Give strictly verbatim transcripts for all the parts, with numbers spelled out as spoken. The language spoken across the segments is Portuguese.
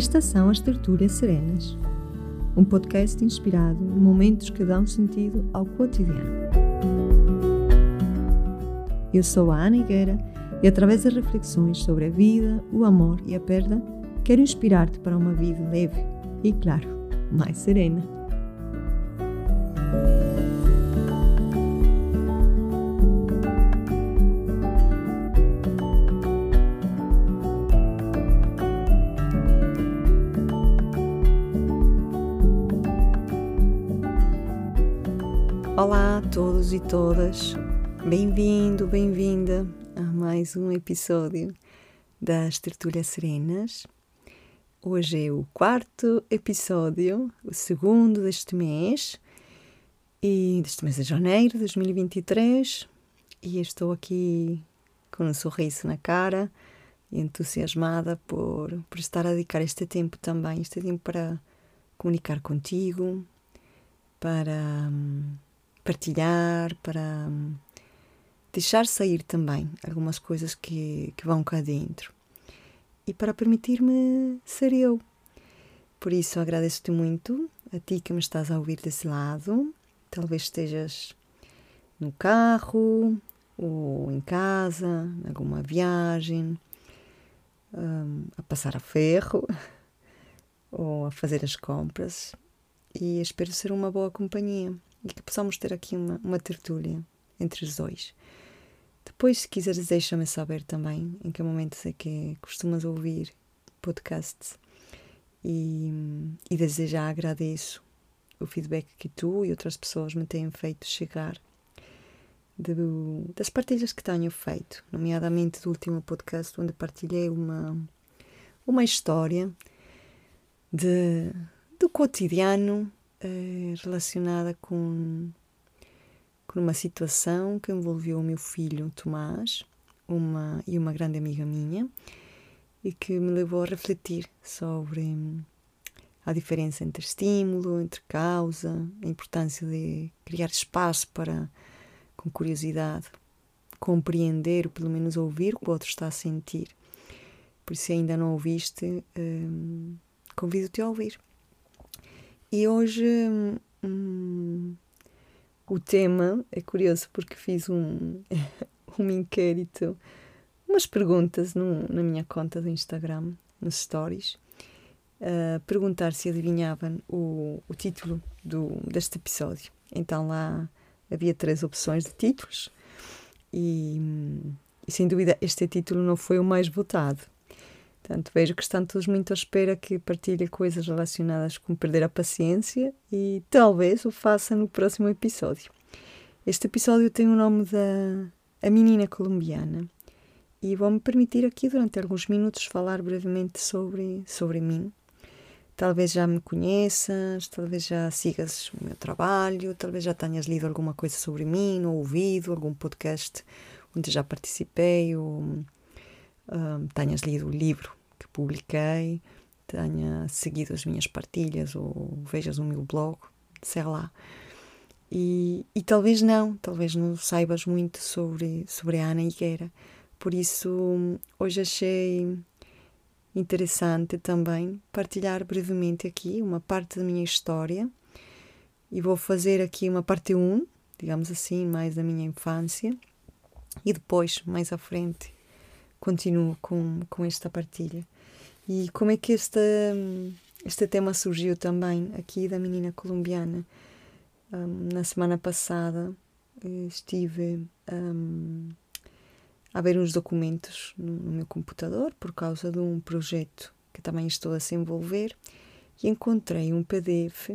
Estas são as Tertúlias Serenas, um podcast inspirado em momentos que dão sentido ao cotidiano. Eu sou a Ana Higuera e, através das reflexões sobre a vida, o amor e a perda, quero inspirar-te para uma vida leve e, claro, mais serena. Olá a todos e todas, bem-vindo, bem-vinda a mais um episódio das Tertúlias Serenas. Hoje é o quarto episódio, o segundo deste mês, e deste mês de janeiro de dois mil e vinte e três, e estou aqui com um sorriso na cara e entusiasmada por, por estar a dedicar este tempo também, este tempo para comunicar contigo, para hum, partilhar, para hum, deixar sair também algumas coisas que, que vão cá dentro e para permitir-me ser eu. Por isso agradeço-te muito a ti que me estás a ouvir desse lado. Talvez estejas no carro ou em casa, em alguma viagem, um, a passar a ferro ou a fazer as compras, e espero ser uma boa companhia e que possamos ter aqui uma, uma tertúlia entre os dois. Depois, se quiseres, deixa-me saber também em que momento é que costumas ouvir podcasts, e, e desde já agradeço o feedback que tu e outras pessoas me têm feito chegar de, das partilhas que tenho feito, nomeadamente do último podcast onde partilhei uma, uma história de, do cotidiano eh, relacionada com com uma situação que envolveu o meu filho Tomás uma, e uma grande amiga minha, e que me levou a refletir sobre a diferença entre estímulo, entre causa, a importância de criar espaço para, com curiosidade, compreender, ou pelo menos ouvir o que o outro está a sentir. Por isso, se ainda não ouviste, hum, convido-te a ouvir. E hoje hum, o tema é curioso porque fiz um, um inquérito, umas perguntas no, na minha conta do Instagram, nos stories, a perguntar se adivinhavam o, o título do, deste episódio. Então lá havia três opções de títulos e, e sem dúvida este título não foi o mais votado. Portanto, vejo que estão todos muito à espera que partilhe coisas relacionadas com perder a paciência, e talvez o faça no próximo episódio. Este episódio tem o nome da a menina colombiana, e vou-me permitir aqui durante alguns minutos falar brevemente sobre, sobre mim. Talvez já me conheças, talvez já sigas o meu trabalho, talvez já tenhas lido alguma coisa sobre mim, ou ouvido algum podcast onde já participei, ou Um, tenhas lido o livro que publiquei, tenha seguido as minhas partilhas ou vejas o meu blog, sei lá. E, e talvez não, talvez não saibas muito sobre, sobre a Ana Higuera. Por isso, hoje achei interessante também partilhar brevemente aqui uma parte da minha história, e vou fazer aqui uma parte um, digamos assim, mais da minha infância, e depois, mais à frente, continuo com, com esta partilha. E como é que este, este tema surgiu também aqui da menina colombiana? Um, na semana passada estive um, a ver uns documentos no, no meu computador por causa de um projeto que também estou a se envolver, e encontrei um P D F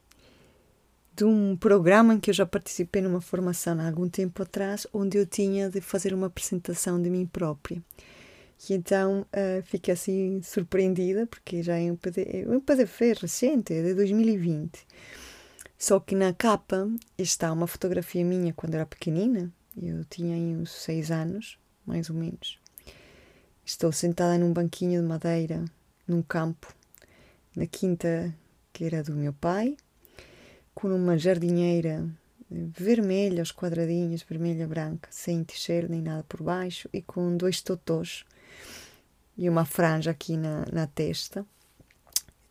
de um programa em que eu já participei numa formação há algum tempo atrás, onde eu tinha de fazer uma apresentação de mim própria. E então uh, fiquei assim surpreendida, porque já é um P D F, um P D F recente, é de dois mil e vinte. Só que na capa está uma fotografia minha quando era pequenina, eu tinha aí uns seis anos, mais ou menos. Estou sentada num banquinho de madeira, num campo, na quinta que era do meu pai, com uma jardinheira vermelha, aos quadradinhos, vermelha, branca, sem t-shirt nem nada por baixo, e com dois totós e uma franja aqui na, na testa.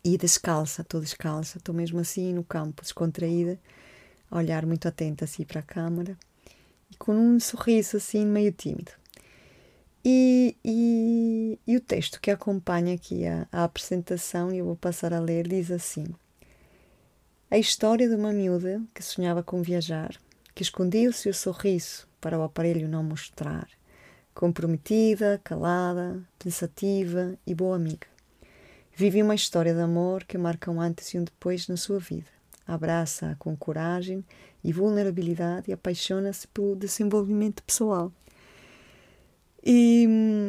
e descalça, estou descalça, estou mesmo assim no campo, descontraída, a olhar muito atenta assim para a câmara e com um sorriso assim meio tímido. E, e, e o texto que acompanha aqui a, a apresentação, e eu vou passar a ler, diz assim: a história de uma miúda que sonhava com viajar, que escondia o seu sorriso para o aparelho não mostrar, comprometida, calada, pensativa e boa amiga. Vive uma história de amor que marca um antes e um depois na sua vida. Abraça-a com coragem e vulnerabilidade e apaixona-se pelo desenvolvimento pessoal. E,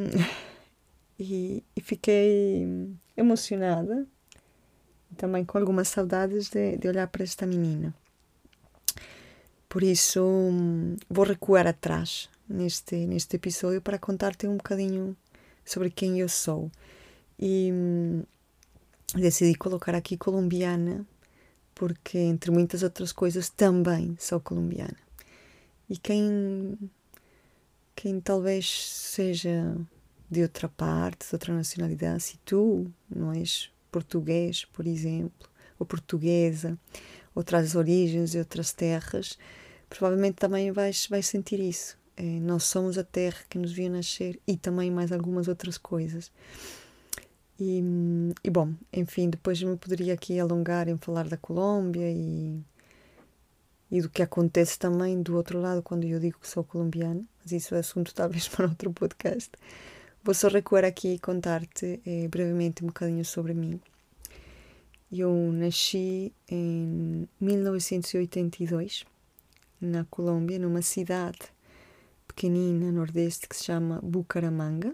e, e fiquei emocionada, também com algumas saudades de, de olhar para esta menina. Por isso, vou recuar atrás neste, neste episódio para contar-te um bocadinho sobre quem eu sou. E decidi colocar aqui colombiana, porque, entre muitas outras coisas, também sou colombiana. E quem... Quem talvez seja de outra parte, de outra nacionalidade, se tu não és português, por exemplo, ou portuguesa, outras origens e outras terras, provavelmente também vais, vais sentir isso. É, nós somos a terra que nos viu nascer e também mais algumas outras coisas. E, e bom, enfim, depois me poderia aqui alongar em falar da Colômbia e... e do que acontece também do outro lado quando eu digo que sou colombiana, mas isso é assunto talvez para outro podcast. Vou só recuar aqui e contar-te eh, brevemente um bocadinho sobre mim. Eu nasci em mil novecentos e oitenta e dois, na Colômbia, numa cidade pequenina, nordeste, que se chama Bucaramanga.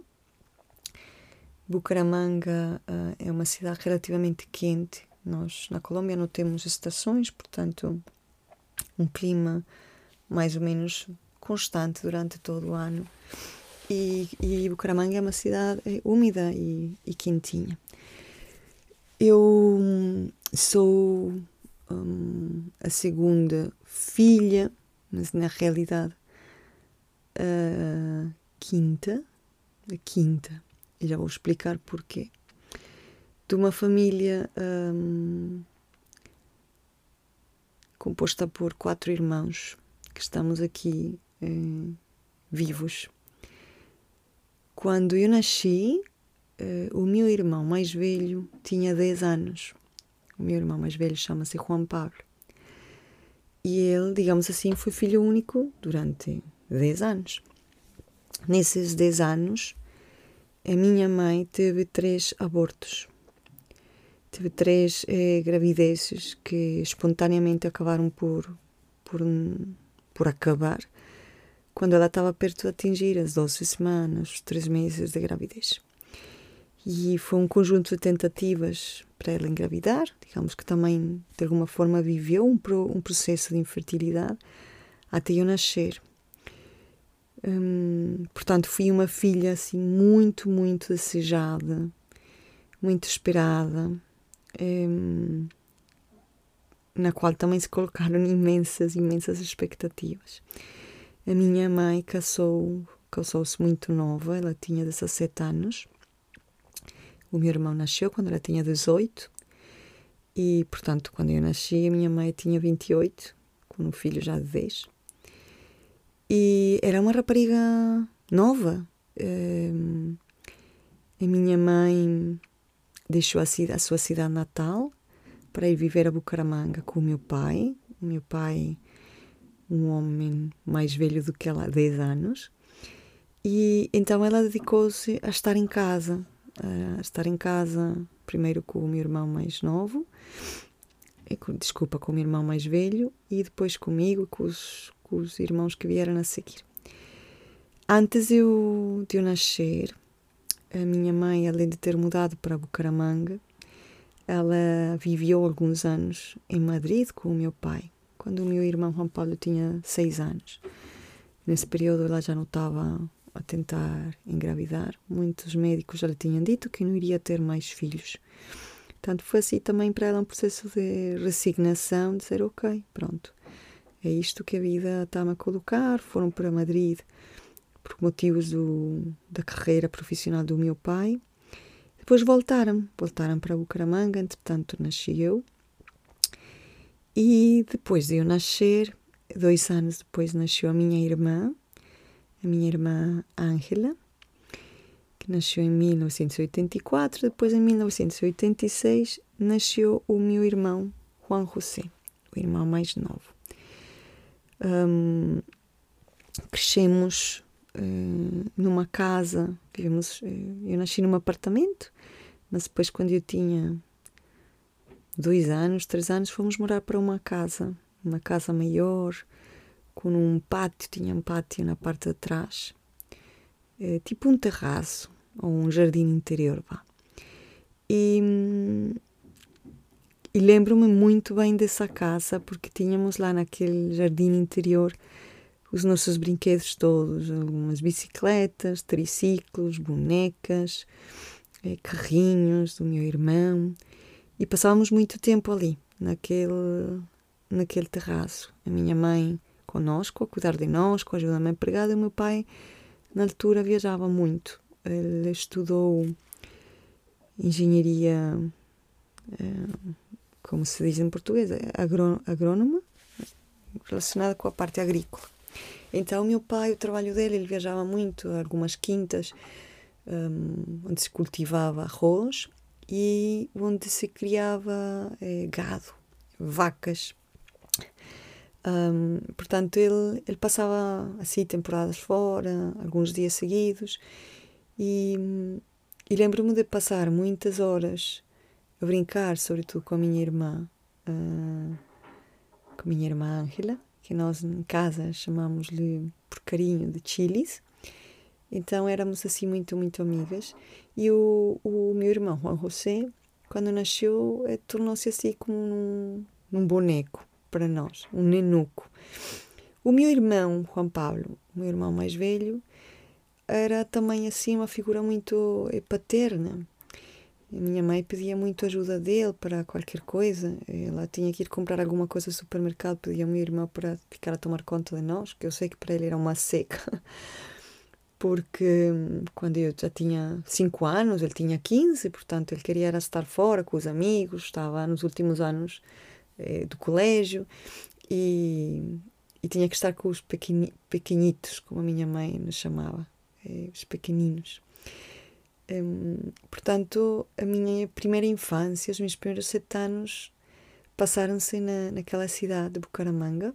Bucaramanga uh, é uma cidade relativamente quente. Nós, na Colômbia, não temos estações, portanto... um clima mais ou menos constante durante todo o ano. E, e Bucaramanga é uma cidade é, úmida e, e quentinha. Eu sou um, a segunda filha, mas na realidade a quinta, a quinta, e já vou explicar porquê, de uma família um, composta por quatro irmãos, que estamos aqui eh, vivos. Quando eu nasci, eh, o meu irmão mais velho tinha dez anos. O meu irmão mais velho chama-se Juan Pablo. E ele, digamos assim, foi filho único durante dez anos. Nesses dez anos, a minha mãe teve três abortos. Teve três eh, gravidezes que espontaneamente acabaram por, por, por acabar quando ela estava perto de atingir as doze semanas, os três meses de gravidez. E foi um conjunto de tentativas para ela engravidar, digamos que também de alguma forma viveu um, pro, um processo de infertilidade até eu nascer. Hum, portanto, fui uma filha assim, muito, muito desejada, muito esperada, hum, na qual também se colocaram imensas, imensas expectativas. A minha mãe casou, casou-se muito nova, ela tinha dezassete anos. O meu irmão nasceu quando ela tinha dezoito e, portanto, quando eu nasci, a minha mãe tinha vinte e oito, com um filho já de dez. E era uma rapariga nova. Um, a minha mãe deixou a, a sua cidade natal para ir viver a Bucaramanga com o meu pai. O meu pai, um homem mais velho do que ela, dez anos. E então ela dedicou-se a estar em casa, a estar em casa primeiro com o meu irmão mais novo, com, desculpa, com o meu irmão mais velho, e depois comigo, com os, com os irmãos que vieram a seguir. Antes eu, de eu nascer, a minha mãe, além de ter mudado para Bucaramanga, ela viveu alguns anos em Madrid com o meu pai, quando o meu irmão Juan Pablo tinha seis anos. Nesse período ela já não estava a tentar engravidar. Muitos médicos já lhe tinham dito que não iria ter mais filhos. Portanto, foi assim também para ela um processo de resignação, de dizer, ok, pronto, é isto que a vida está-me a colocar. Foram para Madrid por motivos do, da carreira profissional do meu pai. Depois voltaram, voltaram para Bucaramanga, entretanto nasci eu. E depois de eu nascer, dois anos depois nasceu a minha irmã, a minha irmã Ângela, que nasceu em mil novecentos e oitenta e quatro. Depois, em mil novecentos e oitenta e seis, nasceu o meu irmão Juan José, o irmão mais novo. Um, crescemos uh, numa casa, vivemos, uh, eu nasci num apartamento, mas depois, quando eu tinha dois anos, três anos, fomos morar para uma casa, uma casa maior, com um pátio, tinha um pátio na parte de trás, uh, tipo um terraço, ou um jardim interior, vá. E, e lembro-me muito bem dessa casa, porque tínhamos lá naquele jardim interior os nossos brinquedos todos, algumas bicicletas, triciclos, bonecas, eh, carrinhos do meu irmão, e passávamos muito tempo ali, naquele, naquele terraço. A minha mãe conosco, a cuidar de nós, com a ajuda da minha empregada, e o meu pai, na altura, viajava muito. Ele estudou engenharia, eh, como se diz em português, agró- agrónoma, relacionada com a parte agrícola. Então, o meu pai, o trabalho dele, ele viajava muito a algumas quintas, um, onde se cultivava arroz e onde se criava eh, gado, vacas. Um, portanto, ele, ele passava assim temporadas fora, alguns dias seguidos, e, e lembro-me de passar muitas horas a brincar, sobretudo com a minha irmã, uh, com a minha irmã Ângela, que nós em casa chamamos-lhe por carinho de Chilis. Então éramos assim muito, muito amigas. E o, o meu irmão, Juan José, quando nasceu, eh, tornou-se assim como num, num boneco para nós, um nenuco. O meu irmão, Juan Pablo, o meu irmão mais velho, era também assim uma figura muito eh, paterna. A minha mãe pedia muito ajuda dele para qualquer coisa. Ela tinha que ir comprar alguma coisa no supermercado, pedia ao meu irmão para ficar a tomar conta de nós, que eu sei que para ele era uma seca. Porque quando eu já tinha cinco anos, ele tinha quinze, portanto ele queria era estar fora com os amigos, estava nos últimos anos eh, do colégio e, e tinha que estar com os pequeni, pequenitos, como a minha mãe nos chamava, eh, os pequeninos. Um, portanto, a minha primeira infância, os meus primeiros sete anos passaram-se na, naquela cidade de Bucaramanga,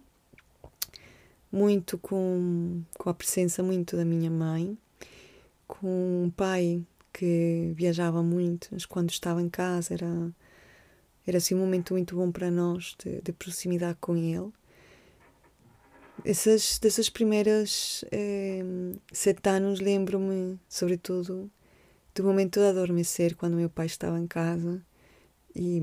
muito com, com a presença muito da minha mãe, com um pai que viajava muito, mas quando estava em casa era, era assim um momento muito bom para nós, de, de proximidade com ele. Essas, dessas primeiras eh, sete anos lembro-me, sobretudo, do momento de adormecer, quando meu pai estava em casa e,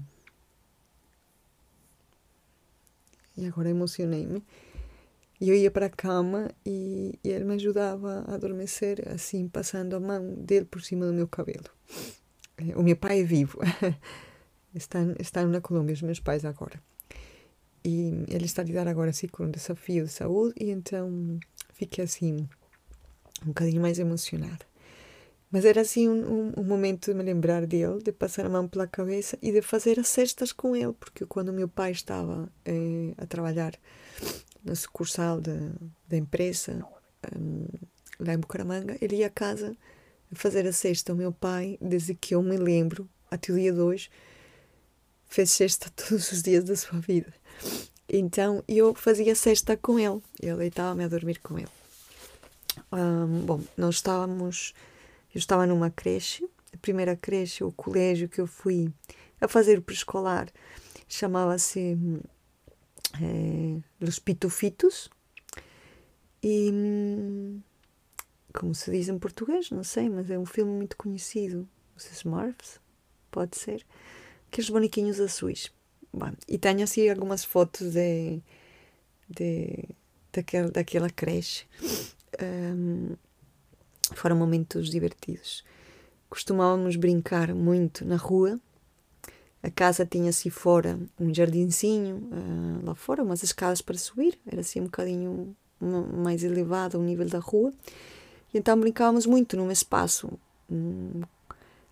e agora emocionei-me. E eu ia para a cama e, e ele me ajudava a adormecer, assim, passando a mão dele por cima do meu cabelo. O meu pai é vivo, está, está na Colômbia, os meus pais agora. E ele está a lidar agora assim com um desafio de saúde e então fiquei assim, um bocadinho mais emocionada. Mas era assim um, um, um momento de me lembrar dele, de passar a mão pela cabeça e de fazer as cestas com ele, porque quando o meu pai estava eh, a trabalhar na sucursal da empresa, um, lá em Bucaramanga, ele ia a casa a fazer a cesta. O meu pai, desde que eu me lembro, até o dia de hoje, fez cesta todos os dias da sua vida. Então eu fazia cesta com ele, eu deitava-me a dormir com ele. Um, bom, nós estávamos... Eu estava numa creche, a primeira creche, o colégio que eu fui a fazer o pré-escolar, chamava-se eh, Los Pitufitos, e, como se diz em português, não sei, mas é um filme muito conhecido, os Smurfs, pode ser, aqueles bonequinhos azuis. Bom, e tenho assim algumas fotos de, de, daquela, daquela creche. Um, Foram momentos divertidos. Costumávamos brincar muito na rua. A casa tinha assim fora um jardinzinho, uh, lá fora, umas escadas para subir. Era assim um bocadinho mais elevado ao nível da rua. E então brincávamos muito num espaço um,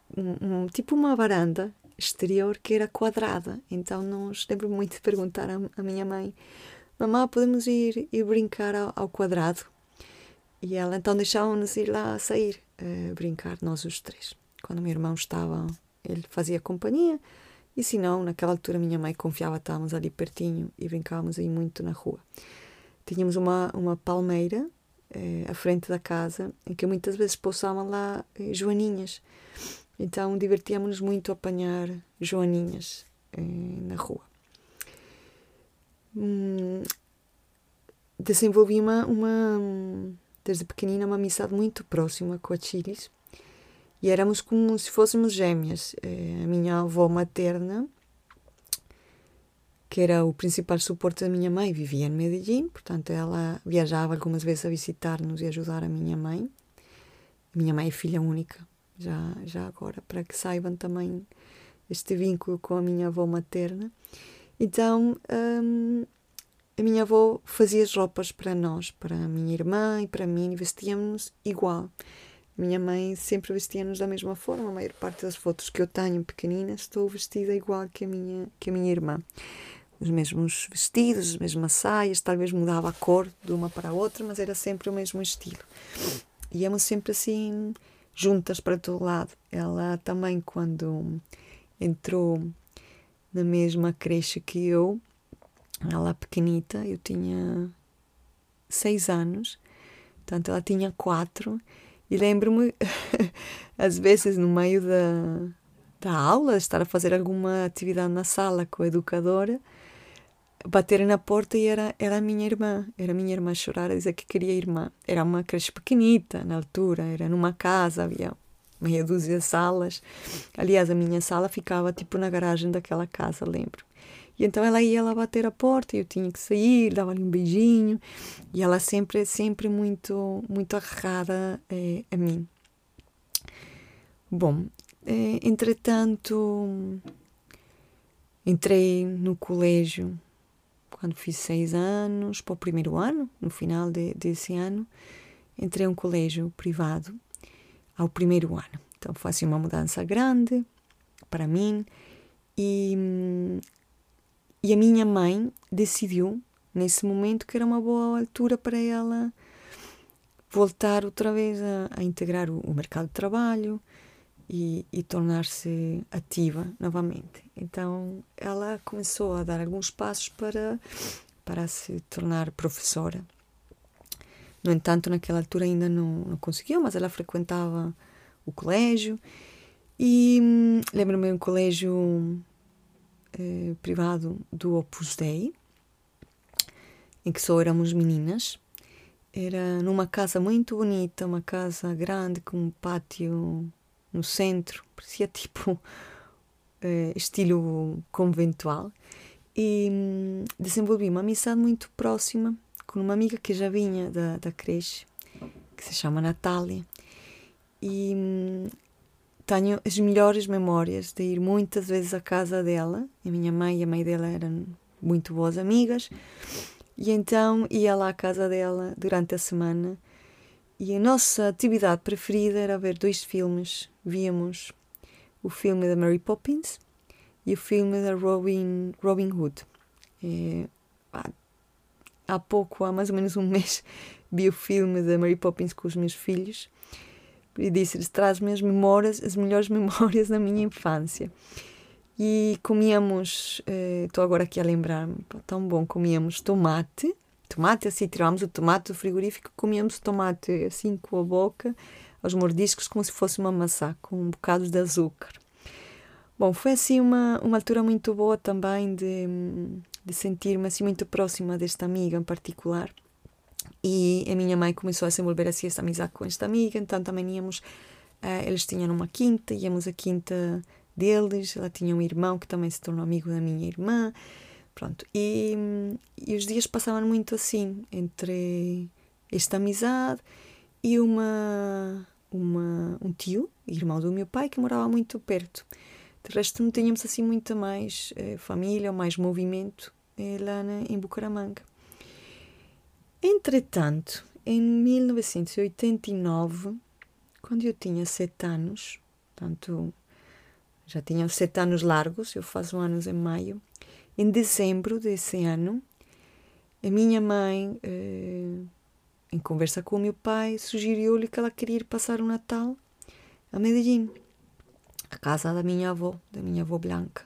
um, um, tipo uma varanda exterior que era quadrada. Então nós lembro muito de perguntar à, à minha mãe: mamãe, podemos ir, ir brincar ao, ao quadrado? E ela então deixava-nos ir lá a sair, uh, brincar, nós os três. Quando o meu irmão estava, ele fazia companhia, e se não, naquela altura minha mãe confiava, estávamos ali pertinho e brincávamos aí muito na rua. Tínhamos uma, uma palmeira eh, à frente da casa, em que muitas vezes pousavam lá eh, joaninhas. Então divertíamos-nos muito a apanhar joaninhas eh, na rua. Hum, desenvolvi uma, uma, desde pequenina, uma amizade muito próxima com a Chiris. E éramos como se fôssemos gêmeas. A minha avó materna, que era o principal suporte da minha mãe, vivia em Medellín, portanto ela viajava algumas vezes a visitar-nos e ajudar a minha mãe. A minha mãe é filha única, já, já agora, para que saibam também este vínculo com a minha avó materna. Então, hum, a minha avó fazia as roupas para nós, para a minha irmã e para mim, e vestíamos igual. Minha mãe sempre vestia-nos da mesma forma. A maior parte das fotos que eu tenho pequeninas, estou vestida igual que a minha, que a minha irmã. Os mesmos vestidos, as mesmas saias, talvez mudava a cor de uma para a outra, mas era sempre o mesmo estilo. E íamos sempre assim, juntas para todo lado. Ela também, quando entrou na mesma creche que eu, ela pequenita, eu tinha seis anos, portanto ela tinha quatro. E lembro-me, às vezes, no meio da, da aula, estar a fazer alguma atividade na sala com a educadora, baterem na porta e era, era a minha irmã. Era a minha irmã a chorar, a dizer que queria irmã. Era uma creche pequenita, na altura, era numa casa, havia meia dúzia de salas. Aliás, a minha sala ficava tipo na garagem daquela casa, lembro. E então ela ia lá bater a porta e eu tinha que sair, dava-lhe um beijinho. E ela sempre, sempre muito, muito agarrada eh, a mim. Bom, eh, entretanto, entrei no colégio quando fiz seis anos, para o primeiro ano, no final de, desse ano. Entrei em um colégio privado ao primeiro ano. Então foi assim uma mudança grande para mim. E... E a minha mãe decidiu, nesse momento, que era uma boa altura para ela voltar outra vez a, a integrar o, o mercado de trabalho e, e tornar-se ativa novamente. Então, ela começou a dar alguns passos para, para se tornar professora. No entanto, naquela altura ainda não, não conseguiu, mas ela frequentava o colégio. E hum, lembro-me de um colégio... Eh, privado do Opus Dei, em que só éramos meninas. Era numa casa muito bonita, uma casa grande com um pátio no centro, parecia tipo eh, estilo conventual. E hum, desenvolvi uma amizade muito próxima com uma amiga que já vinha da, da creche, que se chama Natália. E hum, tenho as melhores memórias de ir muitas vezes à casa dela. A minha mãe e a mãe dela eram muito boas amigas. E então ia lá à casa dela durante a semana. E a nossa atividade preferida era ver dois filmes. Víamos o filme da Mary Poppins e o filme da Robin, Robin Hood. E, há pouco, há mais ou menos um mês, vi o filme da Mary Poppins com os meus filhos. E disse-lhes, traz-me as memórias, as melhores memórias da minha infância. E comíamos, estou uh, agora aqui a lembrar-me, tão bom, comíamos tomate, tomate assim, tirámos o tomate do frigorífico, comíamos tomate assim com a boca, aos mordiscos, como se fosse uma maçã, com bocados de açúcar. Bom, foi assim uma, uma altura muito boa também de, de sentir-me assim muito próxima desta amiga em particular. E a minha mãe começou a desenvolver assim esta amizade com esta amiga, então também íamos, uh, eles tinham uma quinta, íamos à quinta deles, ela tinha um irmão que também se tornou amigo da minha irmã, pronto, e, e os dias passavam muito assim, entre esta amizade e uma, uma, um tio, irmão do meu pai, que morava muito perto. De resto não tínhamos assim muita mais eh, família ou mais movimento eh, lá na, em Bucaramanga. Entretanto, em mil novecentos e oitenta e nove, quando eu tinha sete anos, portanto, já tinha sete anos largos, eu faço anos em maio. Em dezembro desse ano, a minha mãe, eh, em conversa com o meu pai, sugeriu-lhe que ela queria ir passar o Natal a Medellín, a casa da minha avó, da minha avó Blanca.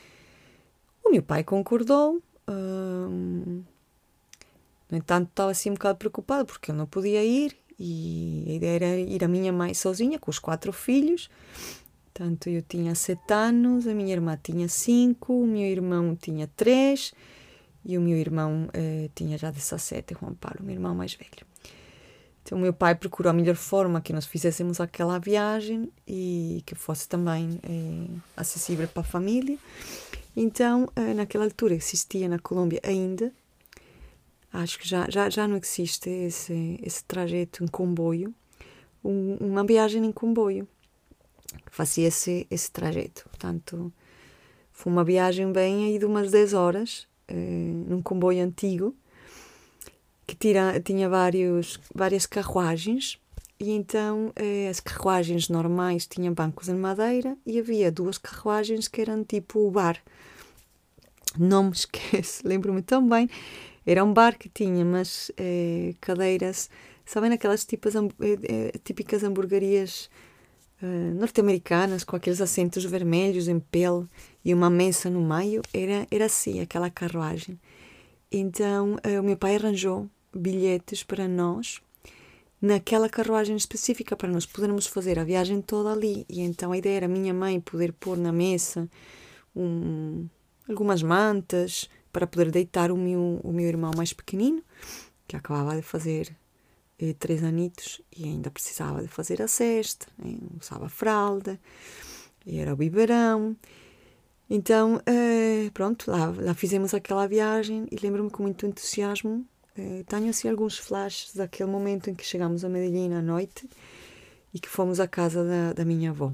O meu pai concordou. hum, no entanto, estava assim um bocado preocupado porque eu não podia ir e a ideia era ir a minha mãe sozinha com os quatro filhos. Portanto, eu tinha sete anos, a minha irmã tinha cinco, o meu irmão tinha três e o meu irmão eh, tinha já dezassete, Juan Paulo, o meu irmão mais velho. Então, o meu pai procurou a melhor forma que nós fizéssemos aquela viagem e que fosse também eh, acessível para a família. Então, eh, naquela altura existia na Colômbia ainda, acho que já, já, já não existe esse, esse trajeto em comboio, um, uma viagem em comboio que fazia esse, esse trajeto. Portanto, foi uma viagem bem aí de umas dez horas, eh, num comboio antigo, que tira, tinha vários, várias carruagens, e então eh, as carruagens normais tinham bancos em madeira e havia duas carruagens que eram tipo o bar. Não me esqueço, lembro-me tão bem. Era um bar que tinha umas eh, cadeiras, sabem aquelas tipas, eh, eh, típicas hamburguerias eh, norte-americanas, com aqueles assentos vermelhos em pele e uma mesa no meio? Era, era assim, aquela carruagem. Então eh, o meu pai arranjou bilhetes para nós naquela carruagem específica para nós podermos fazer a viagem toda ali. E então a ideia era a minha mãe poder pôr na mesa um, algumas mantas para poder deitar o meu, o meu irmão mais pequenino, que acabava de fazer eh, três anitos e ainda precisava de fazer a cesta, né? Usava fralda, era o biberão. Então, eh, pronto, lá, lá fizemos aquela viagem e lembro-me com muito entusiasmo. Eh, tenho assim alguns flashes daquele momento em que chegámos a Medellín à noite e que fomos à casa da, da minha avó.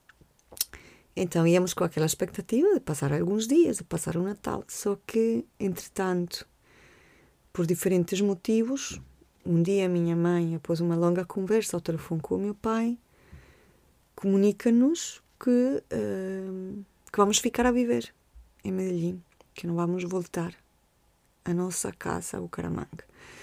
Então íamos com aquela expectativa de passar alguns dias, de passar o Natal. Só que, entretanto, por diferentes motivos, um dia a minha mãe, após uma longa conversa ao telefone com o meu pai, comunica-nos que, uh, que vamos ficar a viver em Medellín, que não vamos voltar à nossa casa, a Bucaramanga.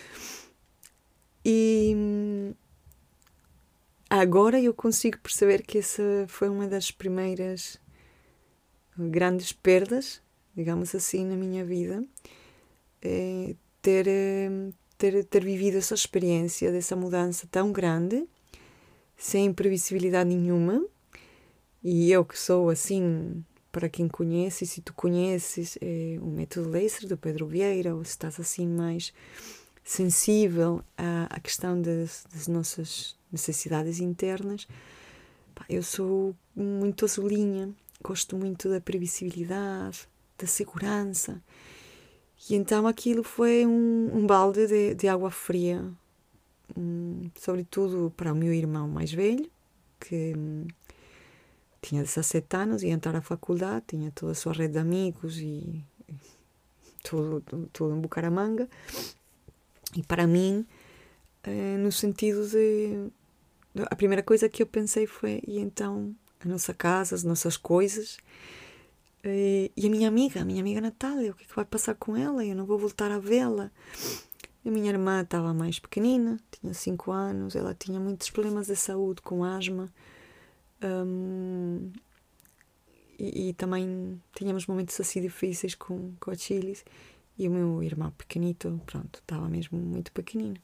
E agora eu consigo perceber que essa foi uma das primeiras grandes perdas, digamos assim, na minha vida. É ter, ter, ter vivido essa experiência dessa mudança tão grande, sem previsibilidade nenhuma. E eu que sou assim, para quem conhece, e se tu conheces é, o método Laser do Pedro Vieira, ou se estás assim mais sensível à, à questão das, das nossas necessidades internas, pá, eu sou muito azulinha, gosto muito da previsibilidade, da segurança. E então aquilo foi um, um balde de, de água fria, um, sobretudo para o meu irmão mais velho, que um, tinha dezassete anos, ia entrar à faculdade, tinha toda a sua rede de amigos e, e tudo, tudo, tudo em Bucaramanga. E para mim, eh, no sentido de... A primeira coisa que eu pensei foi, e então, a nossa casa, as nossas coisas, e, e a minha amiga, a minha amiga Natália, o que é que vai passar com ela? Eu não vou voltar a vê-la. A minha irmã estava mais pequenina, tinha cinco anos, ela tinha muitos problemas de saúde, com asma, um, e, e também tínhamos momentos assim difíceis com, com a Chilis. E o meu irmão pequenito, pronto, estava mesmo muito pequenino.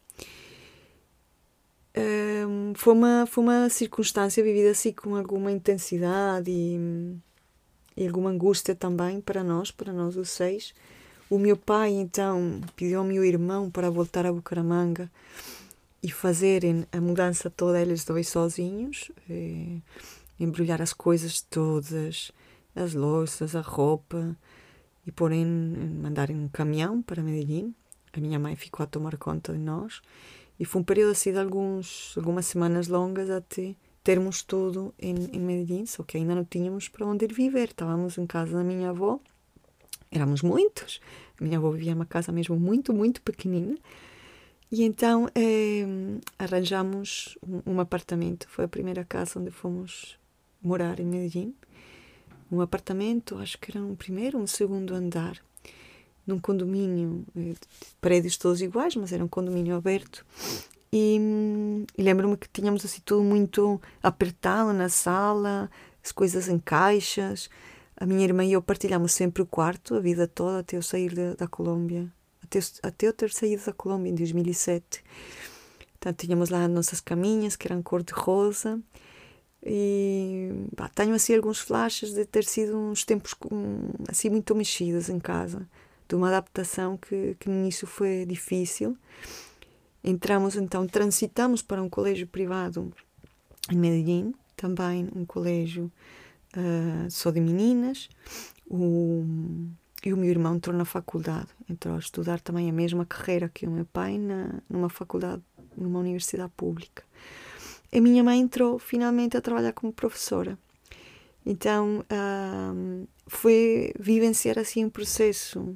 Um, foi, uma, foi uma circunstância vivida assim com alguma intensidade e, e alguma angústia também para nós, para nós os seis. O meu pai, então, pediu ao meu irmão para voltar a Bucaramanga e fazerem a mudança toda eles dois sozinhos, e, embrulhar as coisas todas, as louças, a roupa, e porem, mandarem um caminhão para Medellín. A minha mãe ficou a tomar conta de nós. E foi um período assim de alguns, algumas semanas longas até termos tudo em, em Medellín, só que ainda não tínhamos para onde ir viver. Estávamos em casa da minha avó, éramos muitos. A minha avó vivia em uma casa mesmo muito, muito pequenina. E então eh, arranjamos um, um apartamento. Foi a primeira casa onde fomos morar em Medellín. um apartamento, acho que era um primeiro ou um segundo andar, num condomínio, prédios todos iguais, mas era um condomínio aberto. E, e lembro-me que tínhamos assim tudo muito apertado na sala, as coisas em caixas. A minha irmã e eu partilhámos sempre o quarto, a vida toda, até eu sair da, da Colômbia. Até, até eu ter saído da Colômbia em dois mil e sete. Portanto, tínhamos lá as nossas caminhas, que eram cor-de-rosa. E pá, tenho assim alguns flashes de ter sido uns tempos assim muito mexidos em casa, de uma adaptação que, que no início foi difícil. Entramos então, transitamos para um colégio privado em Medellín, também um colégio uh, só de meninas. O, e o meu irmão entrou na faculdade, entrou a estudar também a mesma carreira que o meu pai na, numa faculdade, numa universidade pública. A minha mãe entrou finalmente a trabalhar como professora. Então uh, foi vivenciar assim um processo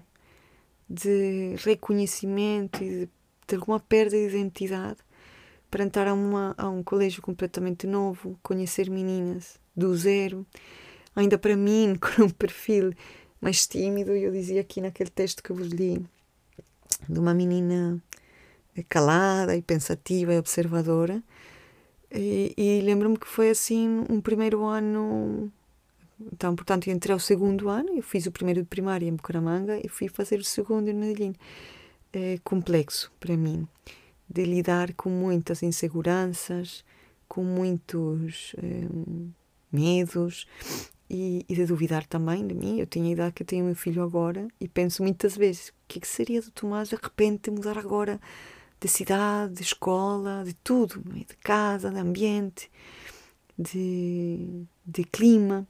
de reconhecimento e de, de alguma perda de identidade para entrar a, uma, a um colégio completamente novo, conhecer meninas do zero, ainda para mim com um perfil mais tímido. Eu dizia aqui naquele texto que eu vos li, de uma menina calada e pensativa e observadora. E, e lembro-me que foi assim um primeiro ano. Então, portanto, eu entrei ao segundo ano, eu fiz o primeiro de primária em Bucaramanga e fui fazer o segundo em Medellín. É complexo para mim, de lidar com muitas inseguranças, com muitos é, medos e, e de duvidar também de mim. Eu tenho a idade que eu tenho meu filho agora e penso muitas vezes, o que, é que seria do Tomás de repente mudar agora de cidade, de escola, de tudo, de casa, de ambiente, de, de clima.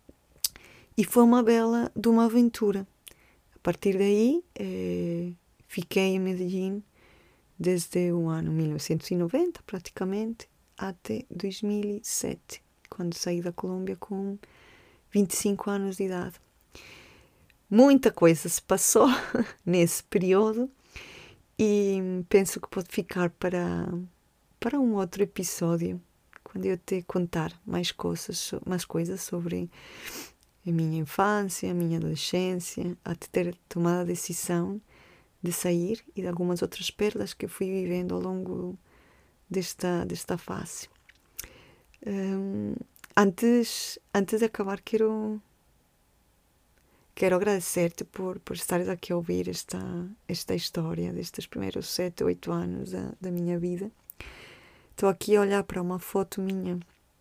E foi uma bela de uma aventura. A partir daí, eh, fiquei em Medellín desde o ano mil novecentos e noventa, praticamente, até dois mil e sete, quando saí da Colômbia com vinte e cinco anos de idade. Muita coisa se passou nesse período e penso que pode ficar para, para um outro episódio, quando eu te contar mais coisas, mais coisas sobre a minha infância, a minha adolescência, até ter tomado a decisão de sair e de algumas outras perdas que eu fui vivendo ao longo desta, desta fase. Um, antes, antes de acabar, quero, quero agradecer-te por, por estares aqui a ouvir esta, esta história destes primeiros sete, oito anos da, da minha vida. Estou aqui a olhar para uma foto minha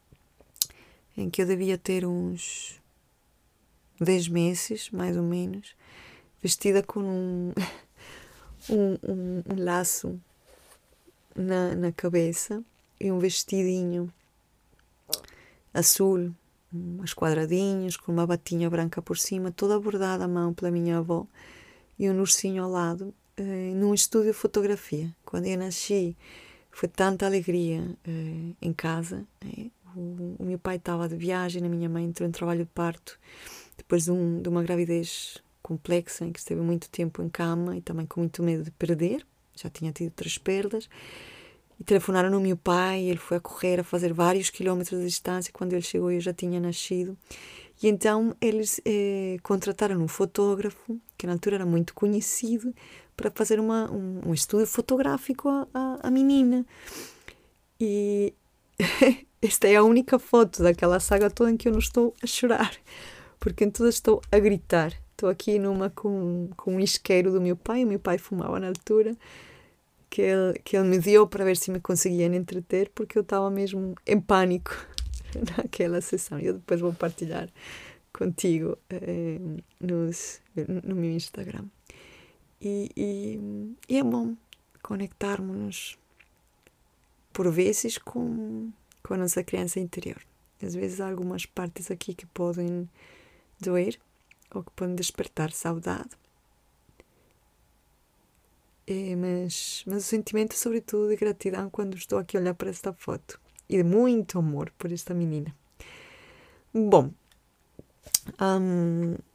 em que eu devia ter uns dez meses, mais ou menos, vestida com um, um, um, um laço na, na cabeça e um vestidinho azul, uns quadradinhos, com uma batinha branca por cima, toda bordada à mão pela minha avó, e um ursinho ao lado, eh, num estúdio de fotografia. Quando eu nasci, foi tanta alegria eh, em casa. Eh, o, o meu pai estava de viagem, a minha mãe entrou em trabalho de parto, depois de, um, de uma gravidez complexa, em que esteve muito tempo em cama e também com muito medo de perder. Já tinha tido três perdas. E telefonaram no meu pai, ele foi a correr, a fazer vários quilómetros de distância. Quando ele chegou, eu já tinha nascido. E então eles eh, contrataram um fotógrafo, que na altura era muito conhecido, para fazer uma, um, um estúdio fotográfico à, à, à menina. E esta é a única foto daquela saga toda em que eu não estou a chorar, porque em todas estou a gritar. Estou aqui numa com, com um isqueiro do meu pai, o meu pai fumava na altura, que ele, que ele me deu para ver se me conseguia entreter, porque eu estava mesmo em pânico naquela sessão. Eu depois vou partilhar contigo eh, nos, no meu Instagram. E, e, e é bom conectarmos-nos por vezes com, com a nossa criança interior. Às vezes há algumas partes aqui que podem doer ou que podem despertar saudade. É, mas, mas o sentimento, sobretudo, de gratidão quando estou aqui a olhar para esta foto. E de muito amor por esta menina. Bom, um,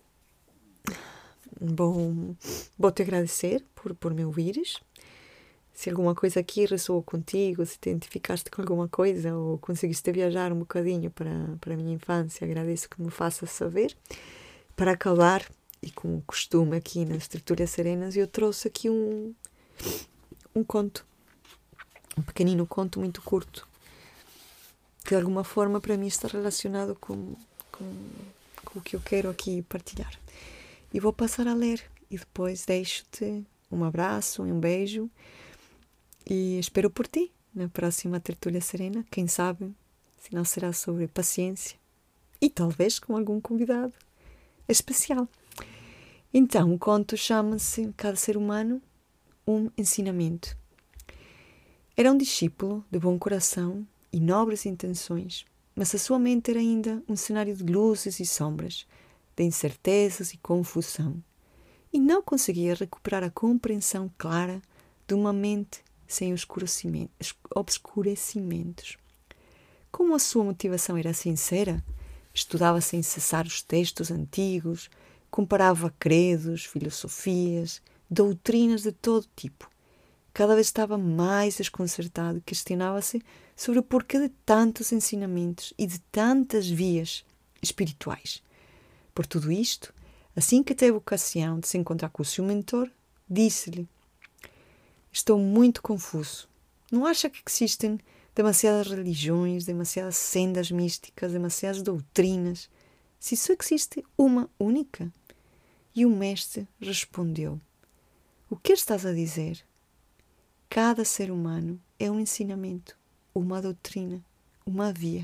bom vou-te agradecer por, por me ouvires. Se alguma coisa aqui ressoou contigo, se te identificaste com alguma coisa ou conseguiste viajar um bocadinho para, para a minha infância, agradeço que me faças saber. Para acabar, e como costume aqui nas Tertúlias Serenas, eu trouxe aqui um, um conto, um pequenino conto muito curto, que de alguma forma para mim está relacionado com, com, com o que eu quero aqui partilhar. E vou passar a ler e depois deixo-te um abraço, um beijo e espero por ti na próxima Tertúlia Serena. Quem sabe, se não será sobre paciência e talvez com algum convidado especial. Então, o conto chama-se Cada Ser Humano, um Ensinamento. Era um discípulo de bom coração e nobres intenções, mas a sua mente era ainda um cenário de luzes e sombras, de incertezas e confusão, e não conseguia recuperar a compreensão clara de uma mente sem obscurecimentos. Como a sua motivação era sincera, estudava sem cessar os textos antigos, comparava credos, filosofias, doutrinas de todo tipo. Cada vez estava mais desconcertado e questionava-se sobre o porquê de tantos ensinamentos e de tantas vias espirituais. Por tudo isto, assim que teve ocasião de se encontrar com o seu mentor, disse-lhe: estou muito confuso. Não acha que existem demasiadas religiões, demasiadas sendas místicas, demasiadas doutrinas, se só existe uma única? E o mestre respondeu: o que estás a dizer? Cada ser humano é um ensinamento, uma doutrina, uma via.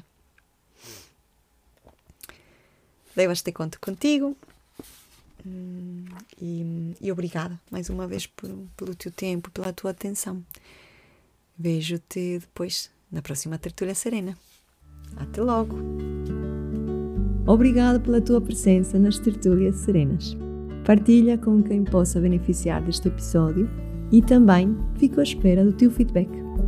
Levo este conto contigo e, e obrigada mais uma vez por, pelo teu tempo, pela tua atenção. Vejo-te depois na próxima Tertúlia Serena. Até logo! Obrigada pela tua presença nas Tertúlias Serenas. Partilha com quem possa beneficiar deste episódio e também fico à espera do teu feedback.